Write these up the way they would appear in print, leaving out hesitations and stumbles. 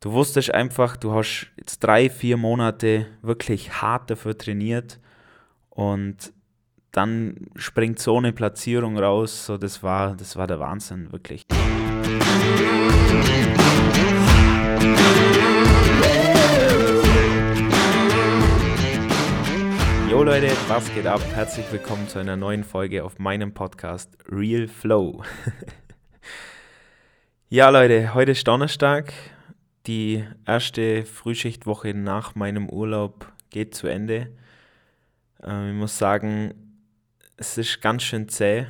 du wusstest einfach, du hast jetzt 3, 4 Monate wirklich hart dafür trainiert und dann springt so eine Platzierung raus, so das war der Wahnsinn, wirklich. Jo Leute, was geht ab? Herzlich willkommen zu einer neuen Folge auf meinem Podcast Real Flow. Ja Leute, heute ist Donnerstag, die erste Frühschichtwoche nach meinem Urlaub geht zu Ende. Ich muss sagen, es ist ganz schön zäh.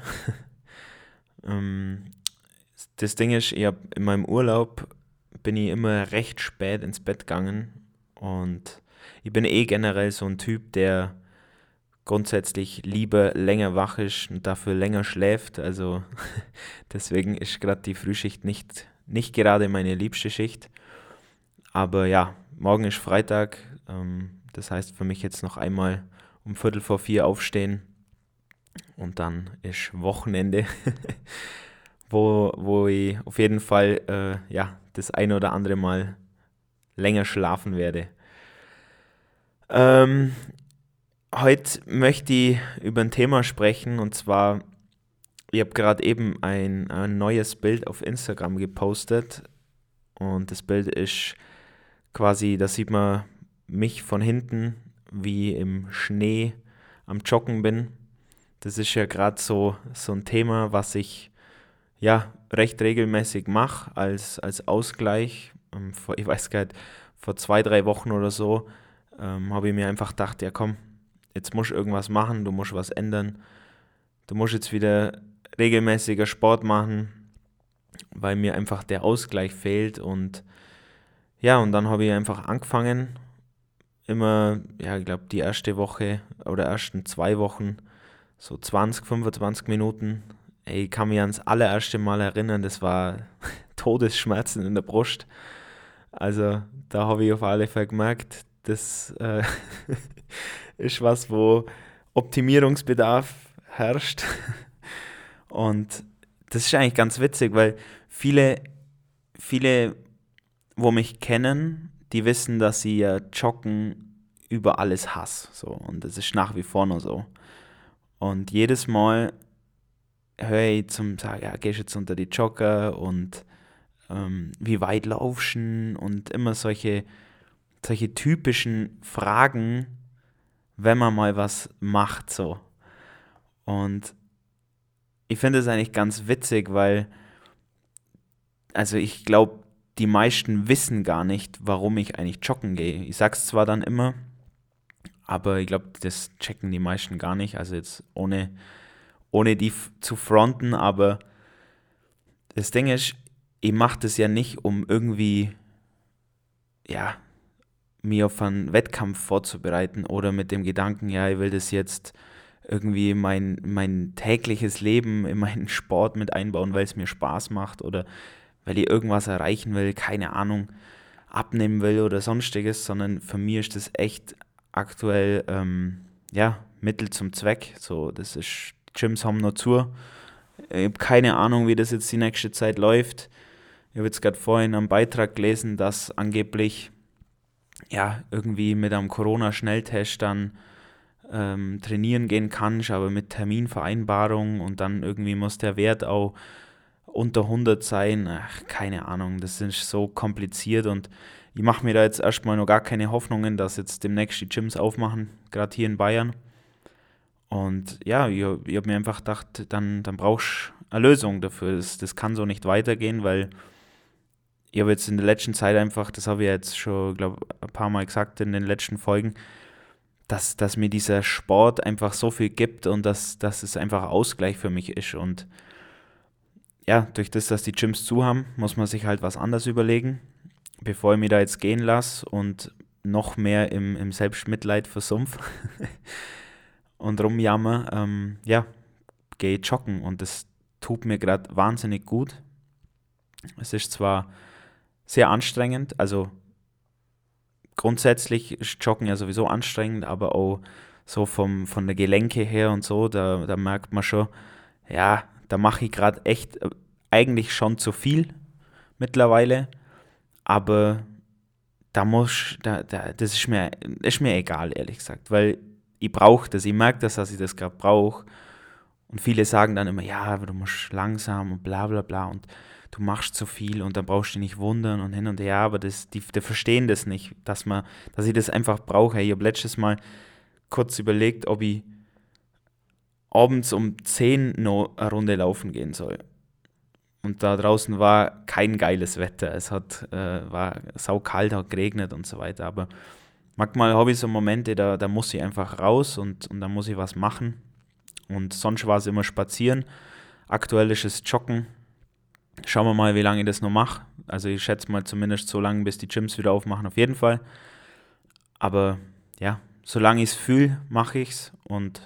Das Ding ist, in meinem Urlaub bin ich immer recht spät ins Bett gegangen und ich bin generell so ein Typ, der grundsätzlich lieber länger wach ist und dafür länger schläft. Also deswegen ist gerade die Frühschicht nicht gerade meine liebste Schicht. Aber ja, morgen ist Freitag. Das heißt für mich jetzt noch einmal um 3:45 aufstehen und dann ist Wochenende, wo ich auf jeden Fall das ein oder andere Mal länger schlafen werde. Heute möchte ich über ein Thema sprechen und zwar, ich habe gerade eben ein neues Bild auf Instagram gepostet und das Bild ist quasi, da sieht man mich von hinten, wie im Schnee am Joggen bin. Das ist ja gerade so ein Thema, was ich ja recht regelmäßig mache als Ausgleich. Ich weiß gar nicht, vor 2, 3 Wochen oder so habe ich mir einfach gedacht, ja komm, jetzt musst du irgendwas machen, du musst was ändern. Du musst jetzt wieder regelmäßiger Sport machen, weil mir einfach der Ausgleich fehlt. Und ja, und dann habe ich einfach angefangen, immer, ja, ich glaube die erste Woche oder ersten 2 Wochen, so 20, 25 Minuten. Ey, ich kann mich ans allererste Mal erinnern, das war Todesschmerzen in der Brust. Also da habe ich auf alle Fälle gemerkt, das ist was, wo Optimierungsbedarf herrscht. Und das ist eigentlich ganz witzig, weil viele, wo mich kennen, die wissen, dass ich ja Joggen über alles hasse. So. Und das ist nach wie vor noch so. Und jedes Mal höre ich zum Sagen, ja, gehst jetzt unter die Jogger und wie weit laufst du und immer solche typischen Fragen, wenn man mal was macht, so. Und ich finde es eigentlich ganz witzig, weil, also ich glaube, die meisten wissen gar nicht, warum ich eigentlich joggen gehe. Ich sag's zwar dann immer, aber ich glaube, das checken die meisten gar nicht. Also jetzt ohne die zu fronten, aber das Ding ist, ich mache das ja nicht, um irgendwie, ja, mir auf einen Wettkampf vorzubereiten oder mit dem Gedanken, ja, ich will das jetzt irgendwie mein tägliches Leben in meinen Sport mit einbauen, weil es mir Spaß macht oder weil ich irgendwas erreichen will, keine Ahnung, abnehmen will oder sonstiges, sondern für mich ist das echt aktuell, Mittel zum Zweck. So, das ist, Gyms haben noch zu. Ich habe keine Ahnung, wie das jetzt die nächste Zeit läuft. Ich habe jetzt gerade vorhin einen Beitrag gelesen, dass angeblich ja irgendwie mit einem Corona-Schnelltest dann trainieren gehen kannst, aber mit Terminvereinbarung und dann irgendwie muss der Wert auch unter 100 sein. Ach, keine Ahnung, das ist so kompliziert und ich mache mir da jetzt erstmal noch gar keine Hoffnungen, dass jetzt demnächst die Gyms aufmachen, gerade hier in Bayern. Und ja, ich hab mir einfach gedacht, dann brauchst du eine Lösung dafür. Das kann so nicht weitergehen, weil ich habe jetzt in der letzten Zeit einfach, das habe ich jetzt schon, glaube ein paar Mal gesagt in den letzten Folgen, dass mir dieser Sport einfach so viel gibt und dass es einfach ein Ausgleich für mich ist. Und ja, durch das, dass die Gyms zu haben, muss man sich halt was anderes überlegen, bevor ich mich da jetzt gehen lasse und noch mehr im Selbstmitleid versumpf und rumjammer, gehe joggen und das tut mir gerade wahnsinnig gut. Es ist zwar sehr anstrengend, also grundsätzlich ist Joggen ja sowieso anstrengend, aber auch so von der Gelenke her und so, da merkt man schon, ja, da mache ich gerade echt eigentlich schon zu viel mittlerweile, aber das ist mir egal, ehrlich gesagt, weil ich brauche das, ich merke das, dass ich das gerade brauche. Und viele sagen dann immer, ja, aber du musst langsam und bla bla bla und du machst zu viel und dann brauchst du dich nicht wundern und hin und her, aber die verstehen das nicht, dass ich das einfach brauche. Ich habe letztes Mal kurz überlegt, ob ich abends um 10 noch eine Runde laufen gehen soll. Und da draußen war kein geiles Wetter. War saukalt, hat geregnet und so weiter. Aber manchmal habe ich so Momente, da muss ich einfach raus und da muss ich was machen. Und sonst war es immer spazieren. Aktuell ist es Joggen. Schauen wir mal, wie lange ich das noch mache. Also ich schätze mal zumindest so lange, bis die Gyms wieder aufmachen, auf jeden Fall. Aber ja, solange ich es fühle, mache ich es und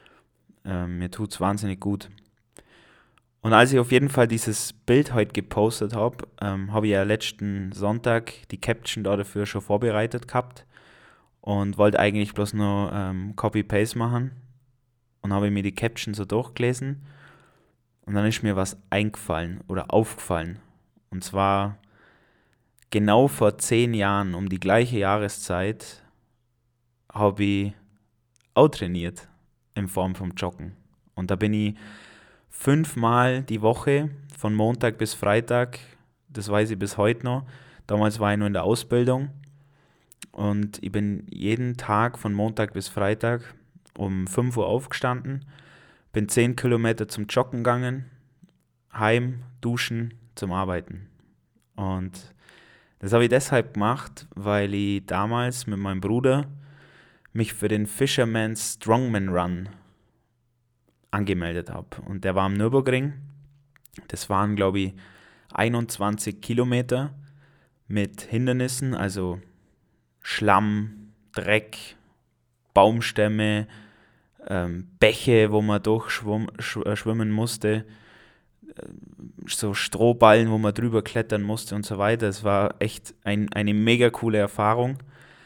mir tut es wahnsinnig gut. Und als ich auf jeden Fall dieses Bild heute gepostet habe, habe ich ja letzten Sonntag die Caption dafür schon vorbereitet gehabt und wollte eigentlich bloß nur Copy-Paste machen und habe mir die Caption so durchgelesen und dann ist mir was eingefallen oder aufgefallen. Und zwar genau vor 10 Jahren, um die gleiche Jahreszeit, habe ich auch trainiert in Form vom Joggen. Und da bin ich 5-mal die Woche, von Montag bis Freitag, das weiß ich bis heute noch. Damals war ich nur in der Ausbildung und ich bin jeden Tag von Montag bis Freitag um 5 Uhr aufgestanden, bin 10 Kilometer zum Joggen gegangen, heim, duschen, zum Arbeiten. Und das habe ich deshalb gemacht, weil ich damals mit meinem Bruder mich für den Fisherman's Strongman Run angemeldet habe. Und der war am Nürburgring. Das waren, glaube ich, 21 Kilometer mit Hindernissen, also Schlamm, Dreck, Baumstämme, Bäche, wo man durchschwimmen musste, so Strohballen, wo man drüber klettern musste und so weiter. Es war echt eine mega coole Erfahrung.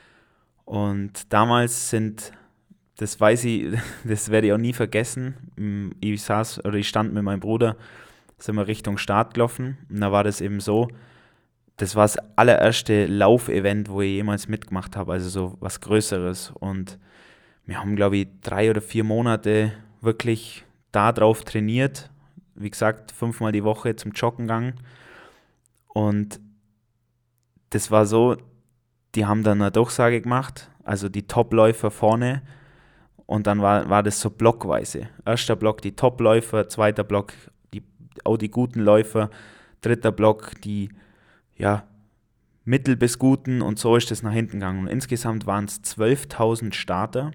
Und damals das weiß ich, das werde ich auch nie vergessen. Ich stand mit meinem Bruder, sind wir Richtung Start gelaufen und da war das eben so, das war das allererste Laufevent, wo ich jemals mitgemacht habe, also so was Größeres. Und wir haben, glaube ich, 3 oder 4 Monate wirklich da drauf trainiert. Wie gesagt, 5-mal die Woche zum Joggen gegangen. Und das war so, die haben dann eine Durchsage gemacht, also die Topläufer vorne. Und dann war das so blockweise. Erster Block die Topläufer, zweiter Block die guten Läufer, dritter Block die mittel bis guten und so ist das nach hinten gegangen. Und insgesamt waren es 12.000 Starter.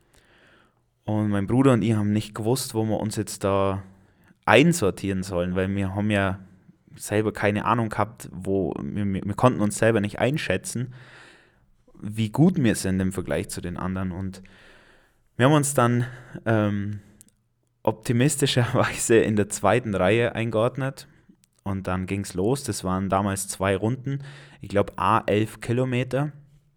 Und mein Bruder und ich haben nicht gewusst, wo wir uns jetzt da einsortieren sollen, weil wir haben ja selber keine Ahnung gehabt, wir konnten uns selber nicht einschätzen, wie gut wir sind im Vergleich zu den anderen. Und wir haben uns dann optimistischerweise in der 2. Reihe eingeordnet und dann ging es los. Das waren damals 2 Runden, ich glaube 11 Kilometer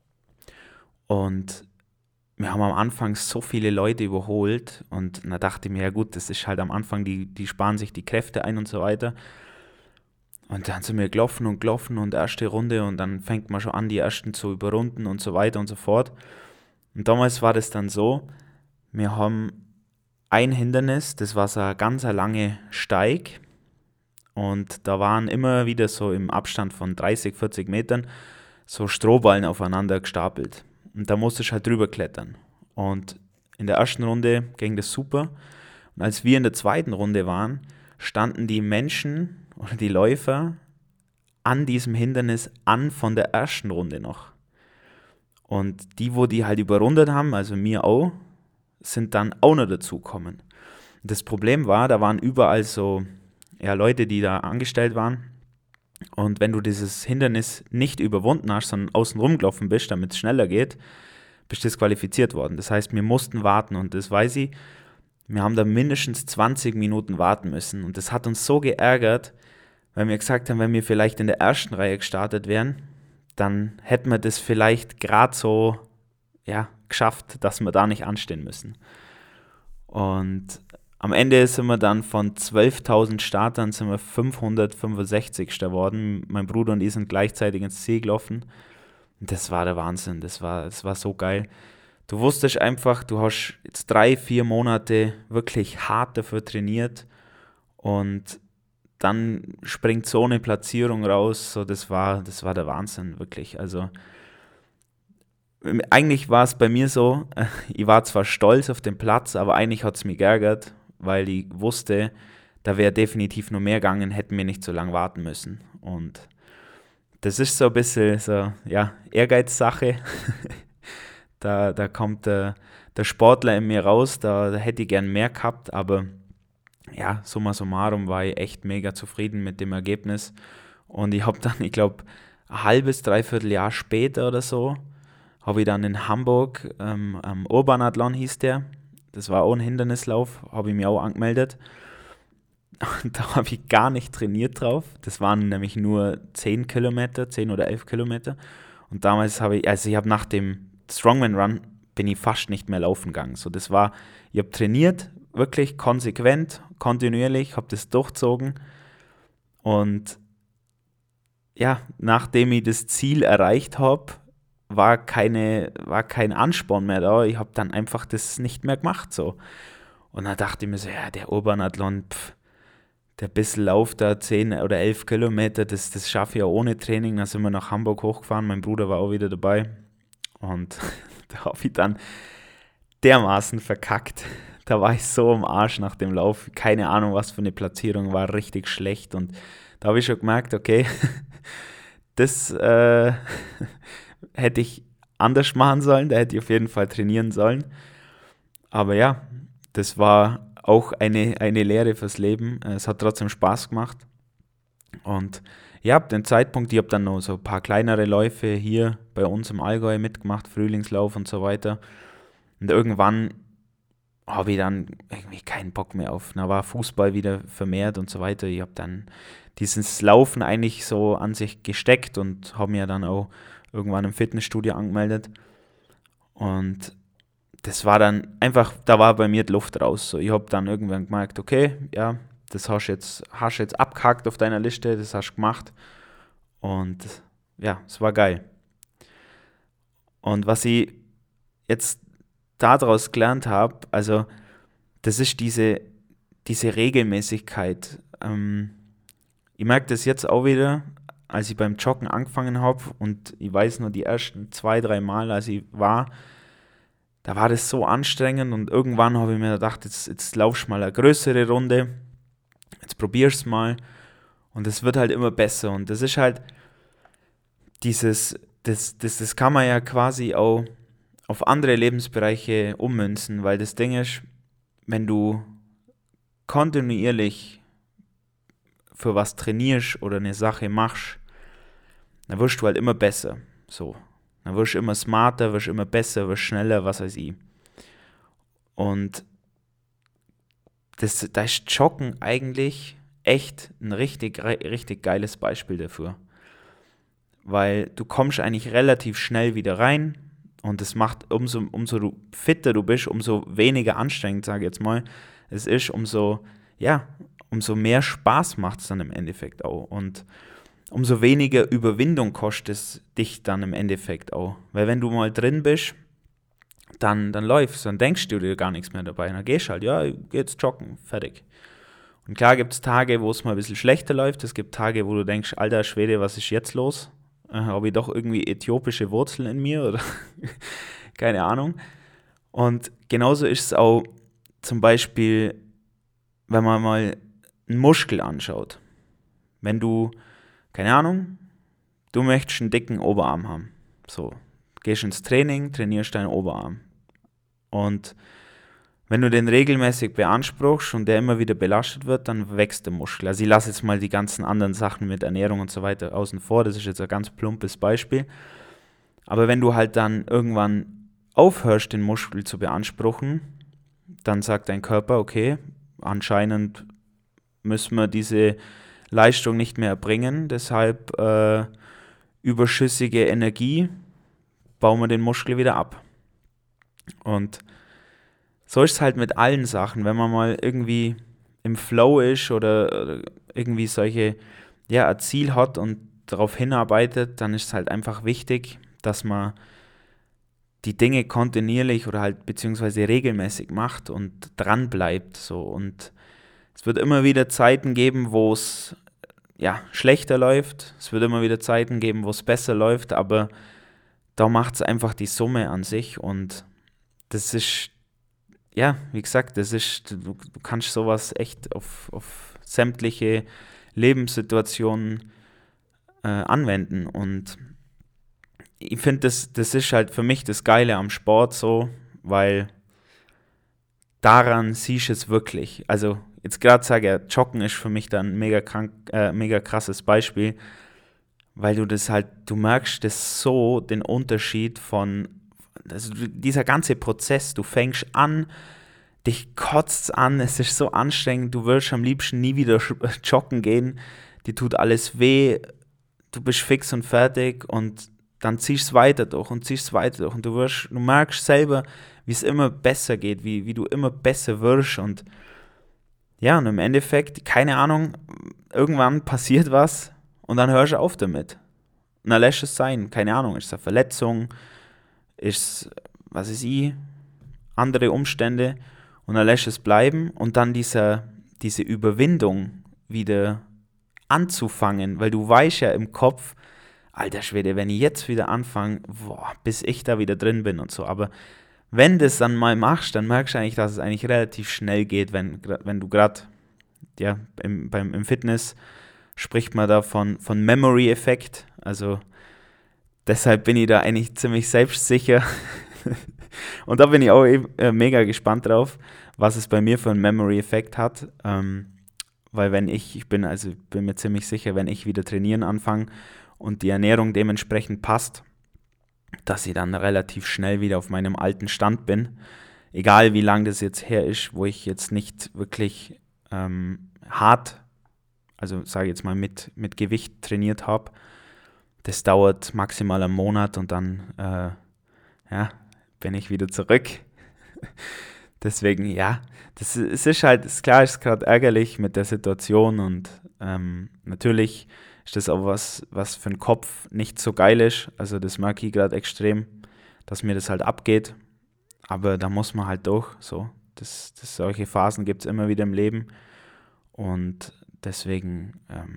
und wir haben am Anfang so viele Leute überholt und da dachte ich mir, ja gut, das ist halt am Anfang, die sparen sich die Kräfte ein und so weiter. Und dann sind wir gelaufen und erste Runde und dann fängt man schon an, die ersten zu überrunden und so weiter und so fort. Und damals war das dann so, wir haben ein Hindernis, das war so ein ganz lange Steig und da waren immer wieder so im Abstand von 30, 40 Metern so Strohballen aufeinander gestapelt. Und da musste ich halt drüber klettern. Und in der ersten Runde ging das super. Und als wir in der 2. Runde waren, standen die Menschen oder die Läufer an diesem Hindernis an von der ersten Runde noch. Und die, wo die halt überrundet haben, also mir auch, sind dann auch noch dazugekommen. Das Problem war, da waren überall so Leute, die da angestellt waren. Und wenn du dieses Hindernis nicht überwunden hast, sondern außen rumgelaufen bist, damit es schneller geht, bist du disqualifiziert worden. Das heißt, wir mussten warten und das weiß ich, wir haben da mindestens 20 Minuten warten müssen. Und das hat uns so geärgert, weil wir gesagt haben, wenn wir vielleicht in der ersten Reihe gestartet wären, dann hätten wir das vielleicht gerade so geschafft, dass wir da nicht anstehen müssen. Und am Ende sind wir dann von 12.000 Startern sind wir 565. geworden. Mein Bruder und ich sind gleichzeitig ins Ziel gelaufen. Das war der Wahnsinn, das war so geil. Du wusstest einfach, du hast jetzt 3, 4 Monate wirklich hart dafür trainiert und dann springt so eine Platzierung raus, so das war der Wahnsinn, wirklich. Also eigentlich war es bei mir so, ich war zwar stolz auf den Platz, aber eigentlich hat es mich geärgert, weil ich wusste, da wäre definitiv noch mehr gegangen, hätten wir nicht so lange warten müssen. Und das ist so ein bisschen so, ja, Ehrgeizsache. Da kommt der Sportler in mir raus, da hätte ich gern mehr gehabt, aber ja, summa summarum war ich echt mega zufrieden mit dem Ergebnis. Und ich habe dann, ich glaube, ein halbes, dreiviertel Jahr später oder so, habe ich dann in Hamburg, am Urbanathlon hieß der, das war auch ein Hindernislauf, habe ich mich auch angemeldet. Und da habe ich gar nicht trainiert drauf. Das waren nämlich nur 10 Kilometer, 10 oder 11 Kilometer. Und damals also ich habe nach dem Strongman Run bin ich fast nicht mehr laufen gegangen. So, ich habe trainiert, wirklich konsequent, kontinuierlich, habe das durchzogen. Und ja, nachdem ich das Ziel erreicht habe, war kein Ansporn mehr da. Ich habe dann einfach das nicht mehr gemacht. So. Und dann dachte ich mir so, ja, der Urbanathlon, der bisschen Lauf da, 10 oder 11 Kilometer, das schaffe ich ja ohne Training. Dann sind wir nach Hamburg hochgefahren, mein Bruder war auch wieder dabei. Und da habe ich dann dermaßen verkackt. Da war ich so am Arsch nach dem Lauf. Keine Ahnung, was für eine Platzierung, war richtig schlecht. Und da habe ich schon gemerkt, okay, das hätte ich anders machen sollen. Da hätte ich auf jeden Fall trainieren sollen. Aber ja, das war auch eine Lehre fürs Leben. Es hat trotzdem Spaß gemacht. Und ja, ab dem Zeitpunkt, ich habe dann noch so ein paar kleinere Läufe hier bei uns im Allgäu mitgemacht, Frühlingslauf und so weiter. Und irgendwann habe ich dann irgendwie keinen Bock mehr auf. Da war Fußball wieder vermehrt und so weiter. Ich habe dann dieses Laufen eigentlich so an sich gesteckt und habe mir dann auch irgendwann im Fitnessstudio angemeldet. Und das war dann einfach, da war bei mir die Luft raus. So, ich habe dann irgendwann gemerkt, okay, ja, das hast du jetzt abgehakt auf deiner Liste, das hast du gemacht. Und ja, es war geil. Und was ich jetzt daraus gelernt habe, also das ist diese Regelmäßigkeit. Ich merke das jetzt auch wieder, als ich beim Joggen angefangen habe und ich weiß nur die ersten 2, 3 Mal, als ich war, da war das so anstrengend und irgendwann habe ich mir gedacht, jetzt laufst du mal eine größere Runde, jetzt probier's mal und es wird halt immer besser und das ist halt das kann man ja quasi auch auf andere Lebensbereiche ummünzen, weil das Ding ist, wenn du kontinuierlich für was trainierst oder eine Sache machst, dann wirst du halt immer besser. So. Dann wirst du immer smarter, wirst immer besser, wirst schneller, was weiß ich. Und da ist Joggen eigentlich echt ein richtig geiles Beispiel dafür. Weil du kommst eigentlich relativ schnell wieder rein und es macht, umso fitter du bist, umso weniger anstrengend, sage ich jetzt mal, es ist, umso mehr Spaß macht es dann im Endeffekt auch. Und umso weniger Überwindung kostet es dich dann im Endeffekt auch. Weil wenn du mal drin bist, dann läufst, dann denkst du dir gar nichts mehr dabei. Dann gehst halt, ja, ich geh jetzt joggen, fertig. Und klar gibt es Tage, wo es mal ein bisschen schlechter läuft. Es gibt Tage, wo du denkst, alter Schwede, was ist jetzt los? Habe ich doch irgendwie äthiopische Wurzeln in mir oder keine Ahnung. Und genauso ist es auch zum Beispiel, wenn man mal einen Muskel anschaut. Wenn du, keine Ahnung, du möchtest einen dicken Oberarm haben. So, gehst ins Training, trainierst deinen Oberarm. Und wenn du den regelmäßig beanspruchst und der immer wieder belastet wird, dann wächst der Muskel. Also ich lasse jetzt mal die ganzen anderen Sachen mit Ernährung und so weiter außen vor, das ist jetzt ein ganz plumpes Beispiel. Aber wenn du halt dann irgendwann aufhörst, den Muskel zu beanspruchen, dann sagt dein Körper, okay, anscheinend müssen wir diese Leistung nicht mehr erbringen, deshalb überschüssige Energie, bauen wir den Muskel wieder ab. Und so ist es halt mit allen Sachen, wenn man mal irgendwie im Flow ist oder irgendwie ein Ziel hat und darauf hinarbeitet, dann ist es halt einfach wichtig, dass man die Dinge kontinuierlich oder halt beziehungsweise regelmäßig macht und dran bleibt. So. Und es wird immer wieder Zeiten geben, wo es schlechter läuft. Es wird immer wieder Zeiten geben, wo es besser läuft, aber da macht es einfach die Summe an sich. Und das ist, wie gesagt, du kannst sowas echt auf sämtliche Lebenssituationen anwenden. Und ich finde, das ist halt für mich das Geile am Sport so, weil daran siehst du es wirklich. Also jetzt gerade sage ich, Joggen ist für mich dann ein mega krasses Beispiel, weil du merkst das so, den Unterschied also dieser ganze Prozess, du fängst an, dich kotzt an, es ist so anstrengend, du willst am liebsten nie wieder joggen gehen, dir tut alles weh, du bist fix und fertig und dann ziehst du es weiter durch und du merkst selber, wie es immer besser geht, wie du immer besser wirst und und im Endeffekt, keine Ahnung, irgendwann passiert was und dann hörst du auf damit. Und dann lässt es sein, keine Ahnung, ist es eine Verletzung, ist was weiß ich, andere Umstände und dann lässt es bleiben und dann diese Überwindung wieder anzufangen, weil du weißt ja im Kopf, alter Schwede, wenn ich jetzt wieder anfange, bis ich da wieder drin bin und so, aber wenn du das dann mal machst, dann merkst du eigentlich, dass es eigentlich relativ schnell geht, wenn du gerade, im Fitness spricht man da von Memory-Effekt, also deshalb bin ich da eigentlich ziemlich selbstsicher und da bin ich auch mega gespannt drauf, was es bei mir für einen Memory-Effekt hat, weil ich bin mir ziemlich sicher, wenn ich wieder trainieren anfange und die Ernährung dementsprechend passt, dass ich dann relativ schnell wieder auf meinem alten Stand bin. Egal wie lang das jetzt her ist, wo ich jetzt nicht wirklich hart, also sage ich jetzt mal mit Gewicht trainiert habe. Das dauert maximal einen Monat und dann bin ich wieder zurück. Deswegen, es ist halt, ist klar, ist gerade ärgerlich mit der Situation und natürlich ist das auch was für den Kopf nicht so geil ist. Also das merke ich gerade extrem, dass mir das halt abgeht. Aber da muss man halt durch. So. Solche Phasen gibt es immer wieder im Leben. Und deswegen,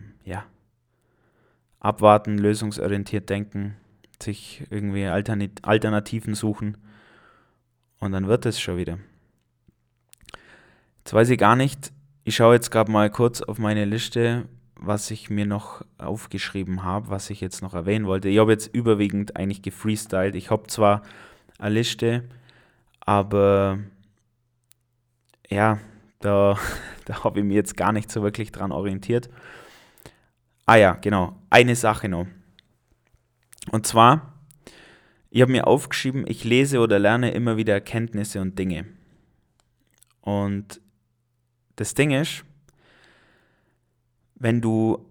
abwarten, lösungsorientiert denken, sich irgendwie Alternativen suchen. Und dann wird es schon wieder. Jetzt weiß ich gar nicht, ich schaue jetzt gerade mal kurz auf meine Liste, was ich mir noch aufgeschrieben habe, was ich jetzt noch erwähnen wollte. Ich habe jetzt überwiegend eigentlich gefreestylt. Ich habe zwar eine Liste, aber da habe ich mich jetzt gar nicht so wirklich dran orientiert. Ah ja, genau, eine Sache noch. Und zwar, ich habe mir aufgeschrieben, ich lese oder lerne immer wieder Erkenntnisse und Dinge. Und das Ding ist, wenn du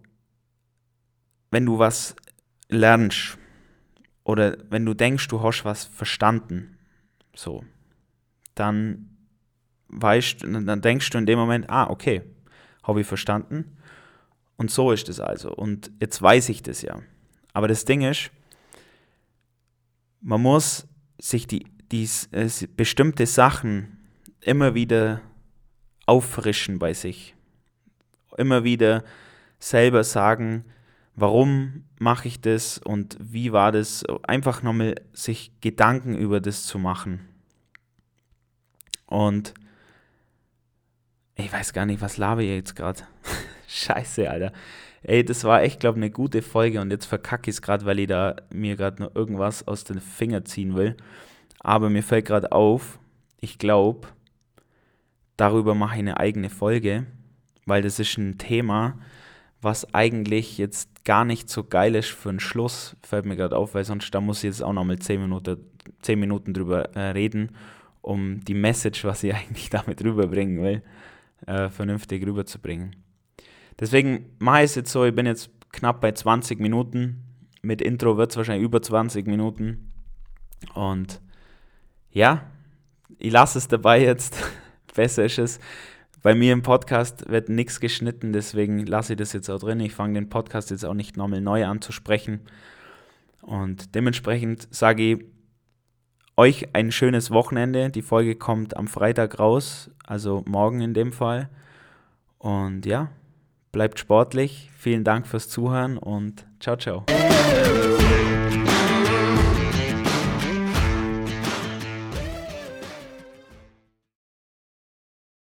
was lernst oder wenn du denkst, du hast was verstanden, so, dann denkst du in dem Moment, okay, habe ich verstanden und so ist es also und jetzt weiß ich das ja. Aber das Ding ist, man muss sich bestimmte Sachen immer wieder auffrischen bei sich. Immer wieder selber sagen, warum mache ich das und wie war das? Einfach nochmal sich Gedanken über das zu machen. Und ich weiß gar nicht, was laber ich jetzt gerade? Scheiße, Alter. Ey, das war echt, glaube ich, eine gute Folge und jetzt verkacke ich es gerade, weil ich da mir gerade noch irgendwas aus den Fingern ziehen will. Aber mir fällt gerade auf, ich glaube, darüber mache ich eine eigene Folge, weil das ist ein Thema, was eigentlich jetzt gar nicht so geil ist für einen Schluss, fällt mir gerade auf, weil sonst da muss ich jetzt auch nochmal 10 Minuten drüber reden, um die Message, was ich eigentlich damit rüberbringen will, vernünftig rüberzubringen. Deswegen mache ich es jetzt so, ich bin jetzt knapp bei 20 Minuten, mit Intro wird es wahrscheinlich über 20 Minuten und ich lasse es dabei jetzt, besser ist es. Bei mir im Podcast wird nichts geschnitten, deswegen lasse ich das jetzt auch drin. Ich fange den Podcast jetzt auch nicht nochmal neu an zu sprechen. Und dementsprechend sage ich euch ein schönes Wochenende. Die Folge kommt am Freitag raus, also morgen in dem Fall. Und ja, bleibt sportlich. Vielen Dank fürs Zuhören und ciao, ciao.